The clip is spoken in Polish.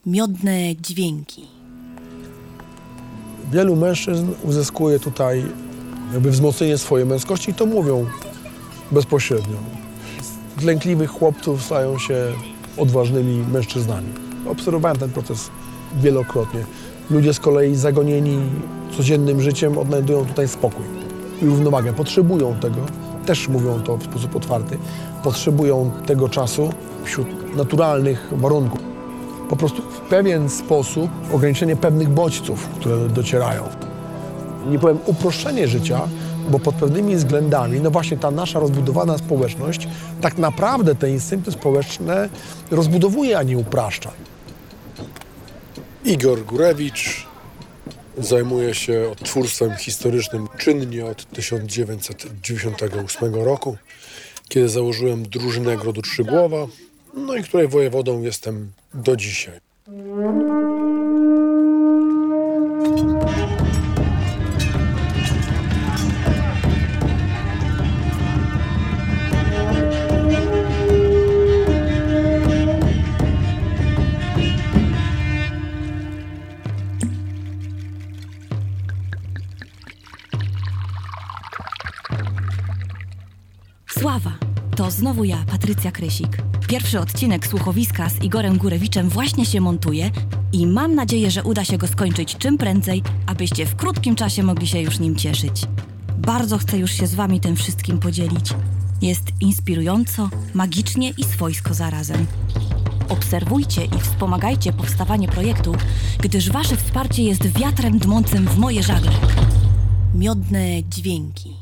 Miodne dźwięki. Wielu mężczyzn uzyskuje tutaj jakby wzmocnienie swojej męskości i to mówią bezpośrednio. Z lękliwych chłopców stają się odważnymi mężczyznami. Obserwowałem ten proces wielokrotnie. Ludzie z kolei zagonieni codziennym życiem odnajdują tutaj spokój i równowagę. Potrzebują tego, też mówią to w sposób otwarty, potrzebują tego czasu wśród naturalnych warunków. Po prostu w pewien sposób ograniczenie pewnych bodźców, które docierają. Nie powiem uproszczenie życia, bo pod pewnymi względami, no właśnie ta nasza rozbudowana społeczność tak naprawdę te instynkty społeczne rozbudowuje, a nie upraszcza. Igor Górewicz zajmuje się odtwórstwem historycznym czynnie od 1998 roku, kiedy założyłem drużynę Grodu Trzygłowa, no i której wojewodą jestem do dzisiaj. Sława, to znowu ja, Patrycja Krysik. Pierwszy odcinek Słuchowiska z Igorem Górewiczem właśnie się montuje i mam nadzieję, że uda się go skończyć czym prędzej, abyście w krótkim czasie mogli się już nim cieszyć. Bardzo chcę już się z wami tym wszystkim podzielić. Jest inspirująco, magicznie i swojsko zarazem. Obserwujcie i wspomagajcie powstawanie projektu, gdyż wasze wsparcie jest wiatrem dmącym w moje żagle. Miodne dźwięki.